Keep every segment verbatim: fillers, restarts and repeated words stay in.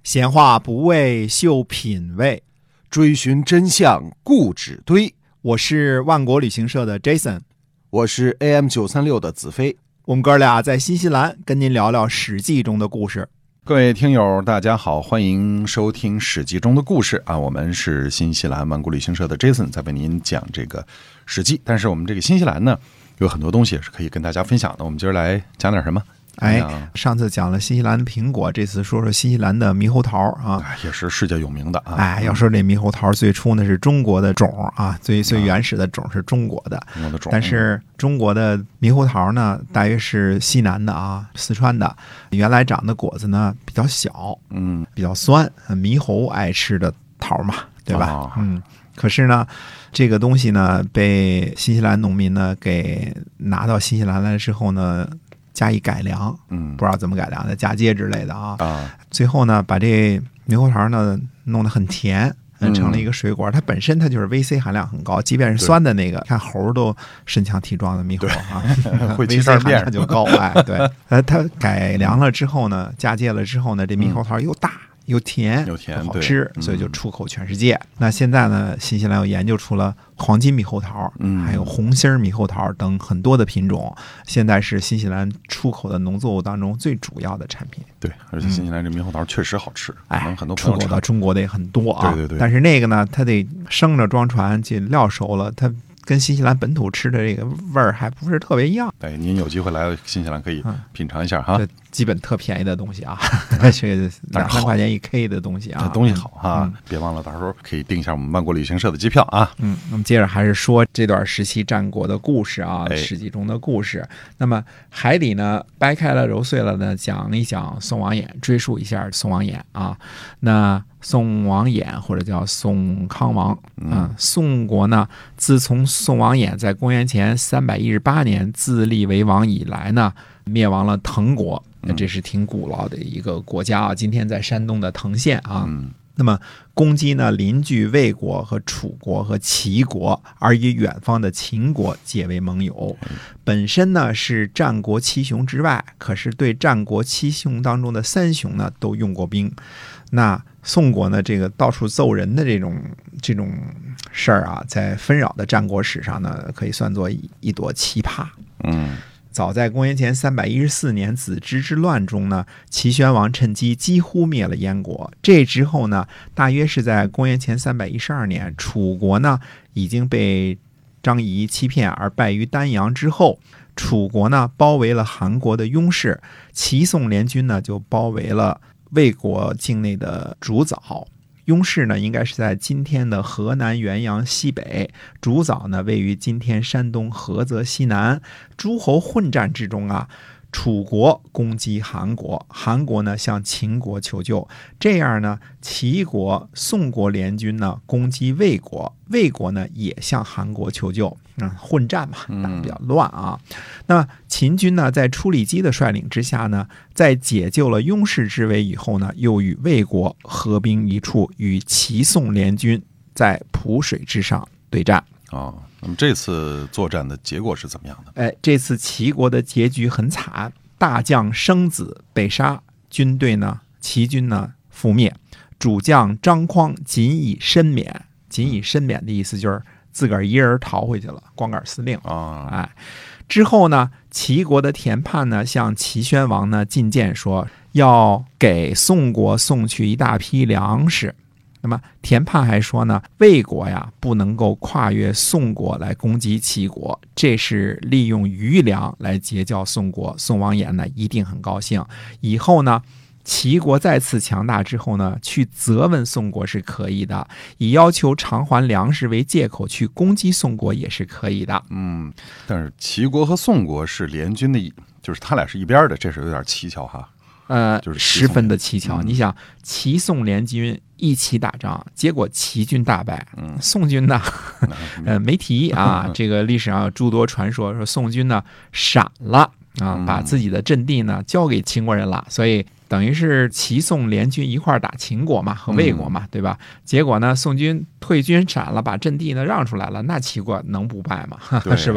闲话不为秀品味， 追寻真相固执堆。 我是万国旅行社的 Jason， 我是 A M 九三六 的子飞。 我们哥俩在新西兰跟您聊聊史记中的故事。 各位听友大家好，欢迎收听史记中的故事啊！我们是新西兰万国旅行社的 Jason 在为您讲这个史记。但是我们这个新西兰呢，有很多东西是可以跟大家分享的。我们今儿来讲点什么？ 哎，上次讲了新西兰的苹果，这次说说新西兰的猕猴桃啊， 也是世界有名的啊。 哎，要说这猕猴桃最初呢是中国的种啊，最最原始的种是中国的， 中国的种。 但是中国的猕猴桃呢，大约是西南的啊，四川的，原来长的果子呢比较小，嗯，比较酸，猕猴爱吃的桃嘛，对吧？哦、嗯，可是呢，这个东西呢被新西兰农民呢给拿到新西兰来之后呢，加以改良，嗯，不知道怎么改良的，嫁接之类的啊。啊，最后呢，把这猕猴桃呢弄得很甜，成了一个水果。嗯、它本身它就是 V C 含量很高，即便是酸的那个，看猴都身强体壮的猕猴啊，V C 含量就高。哎，对，呃，它改良了之后呢，嫁接了之后呢，这猕猴桃又大。嗯又甜又甜好吃，所以就出口全世界。嗯、那现在呢，新西兰又研究出了黄金猕猴桃，嗯，还有红心猕猴桃等很多的品种，现在是新西兰出口的农作物当中最主要的产品。 对，而且新西兰这猕猴桃确实好吃， 哎， 很多出口到中国的也很多啊。 对对对。 但是那个呢，它得生着装船，就料熟了，它跟新西兰本土吃的这个味儿还不是特别一样。 对，您有机会来新西兰可以品尝一下哈。 这基本特便宜的东西啊，这个两三块钱一 K 的东西啊， 这东西好哈、嗯，别忘了到时候可以订一下我们万国旅行社的机票啊。 嗯，那么接着还是说这段时期战国的故事啊， 哎、 史记中的故事。那么海底呢掰开了揉碎了呢，讲一讲宋王衍，追溯一下宋王衍啊。那宋王衍或者叫宋康王啊、嗯，宋国呢，自从宋王衍在公元前三百一十八年自立为王以来呢，灭亡了滕国。那这是挺古老的一个国家啊，今天在山东的滕县啊。嗯、那么攻击呢邻居魏国和楚国和齐国，而与远方的秦国结为盟友。本身呢是战国七雄之外，可是对战国七雄当中的三雄呢都用过兵。那宋国呢这个到处揍人的这种这种事儿啊，在纷扰的战国史上呢，可以算作一一朵奇葩。嗯。早在公元前三百一十四年子之之乱中呢，齐宣王趁机几乎灭了燕国。这之后呢，大约是在公元前三百一十二年，楚国呢已经被张仪欺骗而败于丹阳之后，楚国呢包围了韩国的雍氏，齐宋联军呢就包围了魏国境内的竹枣。雍氏呢，应该是在今天的河南原阳西北，竹枣呢位于今天山东菏泽西南。诸侯混战之中啊，楚国攻击韩国，韩国呢向秦国求救，这样呢，齐国、宋国联军呢攻击魏国，魏国呢也向韩国求救，嗯，混战嘛，打得比较乱啊。嗯、那秦军呢，在初里基的率领之下呢，在解救了雍氏之围以后呢，又与魏国合兵一处，与齐宋联军在濮水之上对战。 哦，那么这次作战的结果是怎么样的？ 哎，这次齐国的结局很惨，大将生子被杀，军队呢，齐军呢覆灭，主将张匡仅以身免，仅以身免的意思就是自个儿一人逃回去了，光杆司令啊、哦！哎，之后呢，齐国的田盼呢向齐宣王呢进谏说，要给宋国送去一大批粮食。那么田盼还说呢，魏国呀不能够跨越宋国来攻击齐国，这是利用余粮来结交宋国。宋王衍呢一定很高兴，以后呢齐国再次强大之后呢，去责问宋国是可以的，以要求偿还粮食为借口去攻击宋国也是可以的。 嗯，但是齐国和宋国是联军的一，就是他俩是一边的，这是有点蹊跷哈。 呃， 就是十分的蹊跷。嗯、你想，齐宋联军一起打仗，结果齐军大败，嗯、宋军呢，呃，没提啊。这个历史上有诸多传说，说宋军呢闪了啊，把自己的阵地呢交给秦国人了，所以等于是齐宋联军一块打秦国嘛，和魏国嘛，对吧？结果呢，宋军退军闪了，把阵地呢让出来了，那齐国能不败吗？是吧？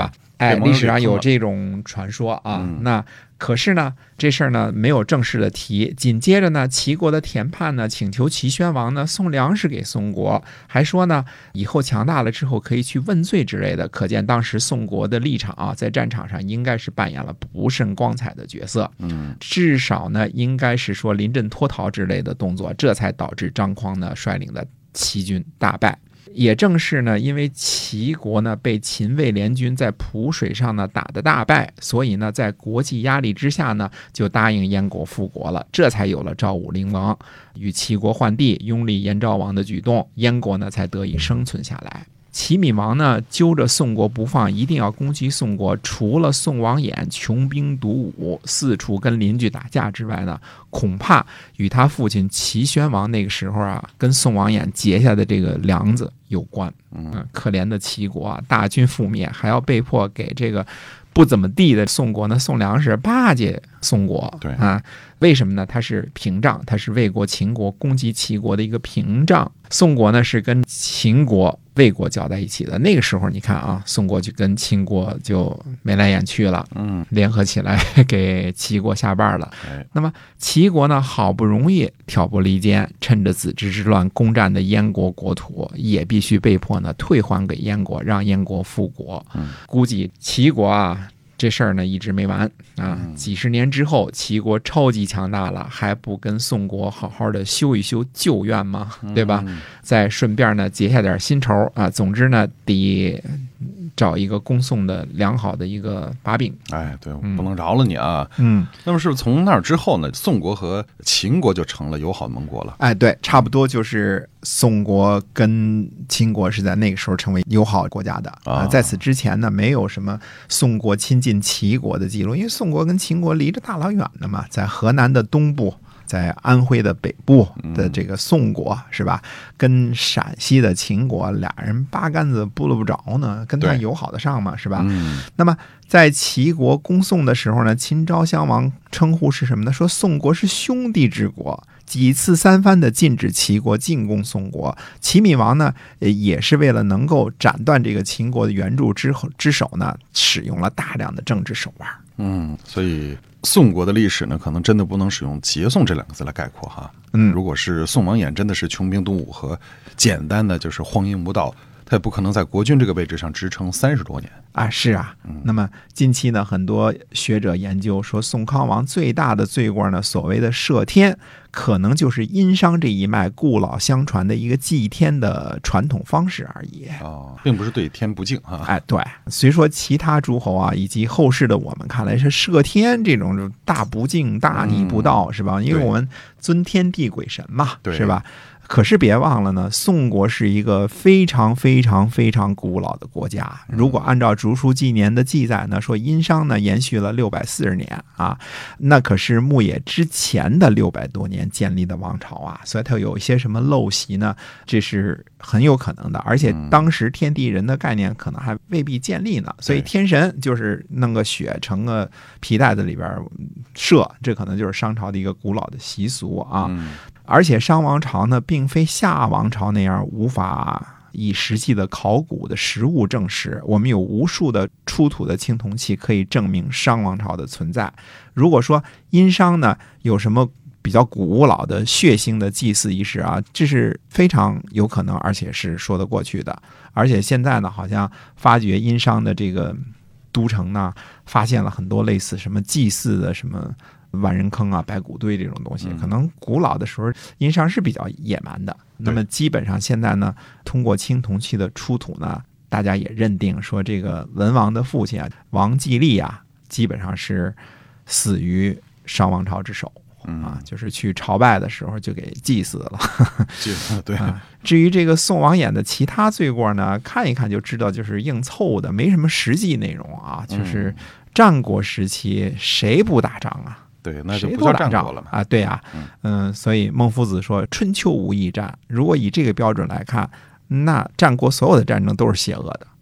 哎，历史上有这这种传说啊。 嗯、 那可是呢，这事儿呢没有正式的提。紧接着呢，齐国的田盼呢请求齐宣王呢送粮食给宋国，还说呢以后强大了之后可以去问罪之类的。可见当时宋国的立场啊，在战场上应该是扮演了不甚光彩的角色。 嗯， 至少呢，应该是说临阵脱逃之类的动作，这才导致张匡呢率领的齐军大败。也正是呢，因为齐国呢被秦魏联军在濮水上呢打得大败，所以呢在国际压力之下呢，就答应燕国复国了，这才有了赵武灵王与齐国换地、拥立燕昭王的举动，燕国呢才得以生存下来。齐闵王呢揪着宋国不放，一定要攻击宋国。除了宋王衍穷兵黩武，四处跟邻居打架之外呢，恐怕与他父亲齐宣王那个时候啊，跟宋王衍结下的这个梁子有关。嗯，可怜的齐国啊，大军覆灭，还要被迫给这个不怎么地的宋国呢送粮食，巴结宋国。 对啊，为什么呢？它是屏障，它是魏国、秦国攻击齐国的一个屏障。宋国呢是跟秦国、魏国搅在一起的。那个时候你看啊，宋国就跟秦国就眉来眼去了， 嗯， 联合起来给齐国下绊了。 哎、 那么齐国呢，好不容易挑拨离间，趁着子之之乱攻占的燕国国土，也必须被迫呢退还给燕国，让燕国复国。 嗯， 估计齐国啊。这事儿呢一直没完啊！几十年之后，齐国超级强大了，还不跟宋国好好的修一修旧怨吗？对吧？再顺便呢结下点新仇啊！总之呢，得找一个攻宋的良好的一个把柄。 哎，对，不能饶了你啊！ 嗯， 那么是不是从那儿之后呢，宋国和秦国就成了友好盟国了？ 哎，对，差不多就是宋国跟秦国是在那个时候成为友好国家的啊。在此之前呢，没有什么宋国亲近齐国的记录，因为宋国跟秦国离着大老远的嘛，在河南的东部，在安徽的北部的这个宋国、嗯、是吧？跟陕西的秦国俩人八竿子拨了不着呢，跟他友好的上嘛，是吧？ 嗯、 那么在齐国攻宋的时候呢，秦昭襄王称呼是什么呢？说宋国是兄弟之国。几次三番的禁止齐国进攻宋国，齐闵王呢也是为了能够斩断这个秦国的援助之之手呢，使用了大量的政治手腕。 嗯，所以宋国的历史呢，可能真的不能使用结宋这两个字来概括哈。 嗯， 如果是宋王衍真的是穷兵黩武和简单的就是荒淫无道，他也不可能在国君这个位置上支撑三十多年啊！是啊，那么近期呢，很多学者研究说，宋康王最大的罪过呢，所谓的赦天，可能就是殷商这一脉故老相传的一个祭天的传统方式而已哦，并不是对天不敬啊。 哎，对，虽说其他诸侯啊，以及后世的我们看来是赦天这种大不敬、大逆不道，嗯、是吧？因为我们尊天地鬼神嘛，是吧？可是别忘了呢，宋国是一个非常非常非常古老的国家。如果按照《竹书纪年》的记载呢，说殷商呢延续了六百四十年啊，那可是牧野之前的六百多年建立的王朝啊，所以它有一些什么陋习呢，这是很有可能的。而且当时天地人的概念可能还未必建立呢，所以天神就是弄个血盛个皮袋子里边射，这可能就是商朝的一个古老的习俗啊。而且商王朝呢，并非夏王朝那样无法以实际的考古的实物证实，我们有无数的出土的青铜器可以证明商王朝的存在。如果说殷商呢有什么比较古老的血腥的祭祀仪式啊，这是非常有可能，而且是说得过去的。而且现在呢，好像发掘殷商的这个都城呢，发现了很多类似什么祭祀的什么万人坑啊、白骨堆这种东西，可能古老的时候殷商是比较野蛮的。那么基本上现在呢，通过青铜器的出土呢，大家也认定说，这个文王的父亲啊，王季历啊，基本上是死于商王朝之手啊，就是去朝拜的时候就给祭祀了。 对、 啊。至于这个宋王衍的其他罪过呢，看一看就知道，就是硬凑的，没什么实际内容啊。就是战国时期谁不打仗啊？ 对，那就不叫战国了嘛。 啊，对啊，嗯，所以孟夫子说春秋无义战。如果以这个标准来看，那战国所有的战争都是邪恶的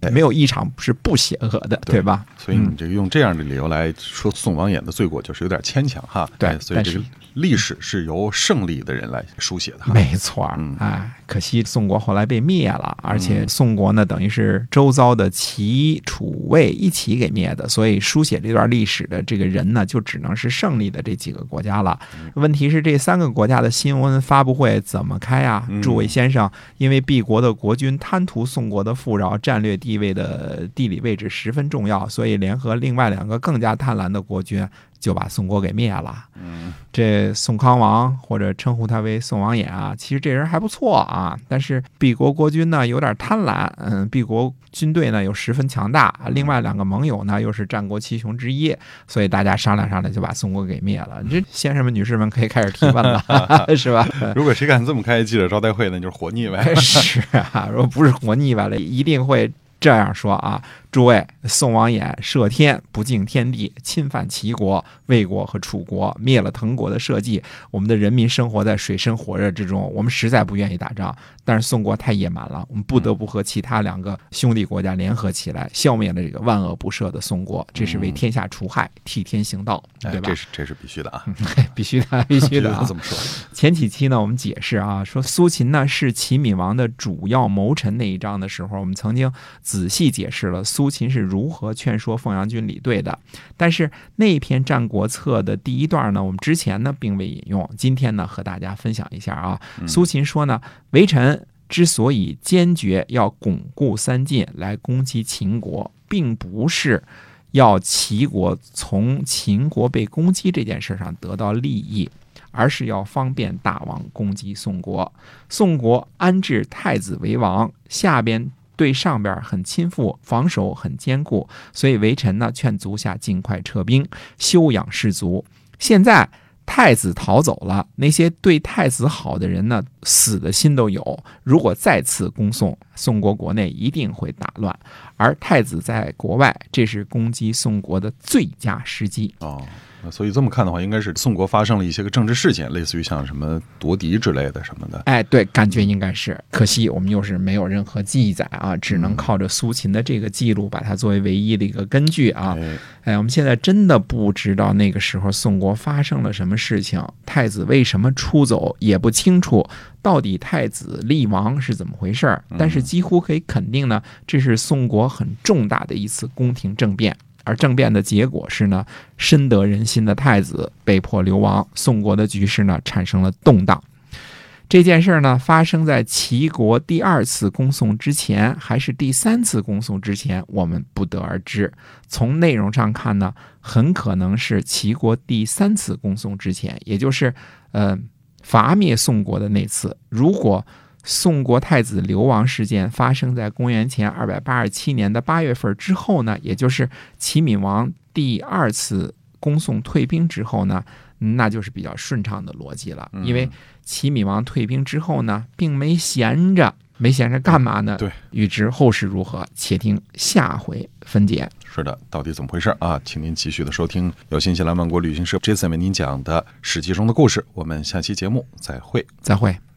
没有一场是不协和的，对, 对吧？ 所以你这个用这样的理由来说宋王衍的罪过，就是有点牵强哈。 对， 所以这个历史是由胜利的人来书写的。 没错，嗯，哎，可惜宋国后来被灭了，而且宋国呢，等于是周遭的齐、楚、魏一起给灭的，所以书写这段历史的这个人呢，就只能是胜利的这几个国家了。问题是这三个国家的新闻发布会怎么开啊？诸位先生，因为敝国的国君贪图宋国的富饶，战略地位的地理位置十分重要，所以联合另外两个更加贪婪的国君，就把宋国给灭了。 嗯， 这宋康王或者称呼他为宋王衍啊，其实这人还不错啊，但是敝国国君呢有点贪婪，嗯，敝国军队呢又十分强大，另外两个盟友呢又是战国七雄之一，所以大家商量商量就把宋国给灭了。这先生们女士们可以开始提问了，是吧？ 如果谁敢这么开记者招待会呢，就是活腻歪。 是啊，如果不是活腻歪了，一定会这样说啊，诸位，宋王衍涉天，不敬天地，侵犯齐国、魏国和楚国，灭了滕国的社稷，我们的人民生活在水深火热之中，我们实在不愿意打仗，但是宋国太野蛮了，我们不得不和其他两个兄弟国家联合起来，消灭了这个万恶不赦的宋国，这是为天下除害，替天行道，对吧？ 这是这是必须的啊， 必须的，必须的啊！ 怎么说？ 前几期呢，我们解释啊，说苏秦呢是齐闵王的主要谋臣那一章的时候，我们曾经仔细解释了苏秦是如何劝说凤阳军李队的。但是那篇《战国策》的第一段呢，我们之前呢并未引用，今天呢和大家分享一下啊。苏秦说呢，微臣之所以坚决要巩固三晋来攻击秦国，并不是要齐国从秦国被攻击这件事上得到利益，而是要方便大王攻击宋国。宋国安置太子为王，下边对上边很亲附，防守很坚固，所以微臣呢劝足下尽快撤兵，休养士卒。现在太子逃走了，那些对太子好的人呢，死的心都有。如果再次攻宋，宋国国内一定会打乱，而太子在国外，这是攻击宋国的最佳时机。 哦，所以这么看的话，应该是宋国发生了一些个政治事件，类似于像什么夺嫡之类的什么的。 哎，对，感觉应该是。可惜我们又是没有任何记载啊，只能靠着苏秦的这个记录，把它作为唯一的一个根据啊。 哎, 哎，我们现在真的不知道那个时候宋国发生了什么事情，太子为什么出走也不清楚，到底太子立王是怎么回事？但是几乎可以肯定呢，这是宋国很重大的一次宫廷政变。而政变的结果是呢，深得人心的太子被迫流亡，宋国的局势呢产生了动荡。这件事呢发生在齐国第二次攻宋之前，还是第三次攻宋之前，我们不得而知。从内容上看呢，很可能是齐国第三次攻宋之前，也就是呃伐灭宋国的那次。如果宋国太子流亡事件发生在公元前二百八十七年的八月份之后呢，也就是齐闵王第二次攻宋退兵之后呢，那就是比较顺畅的逻辑了。因为齐闵王退兵之后呢，并没闲着，没闲着干嘛呢？ 对， 欲知后事如何，且听下回分解。 是的，到底怎么回事啊？请您继续的收听由新西兰万国旅行社 Jason 为您讲的《史记》中的故事。我们下期节目再会， 再会。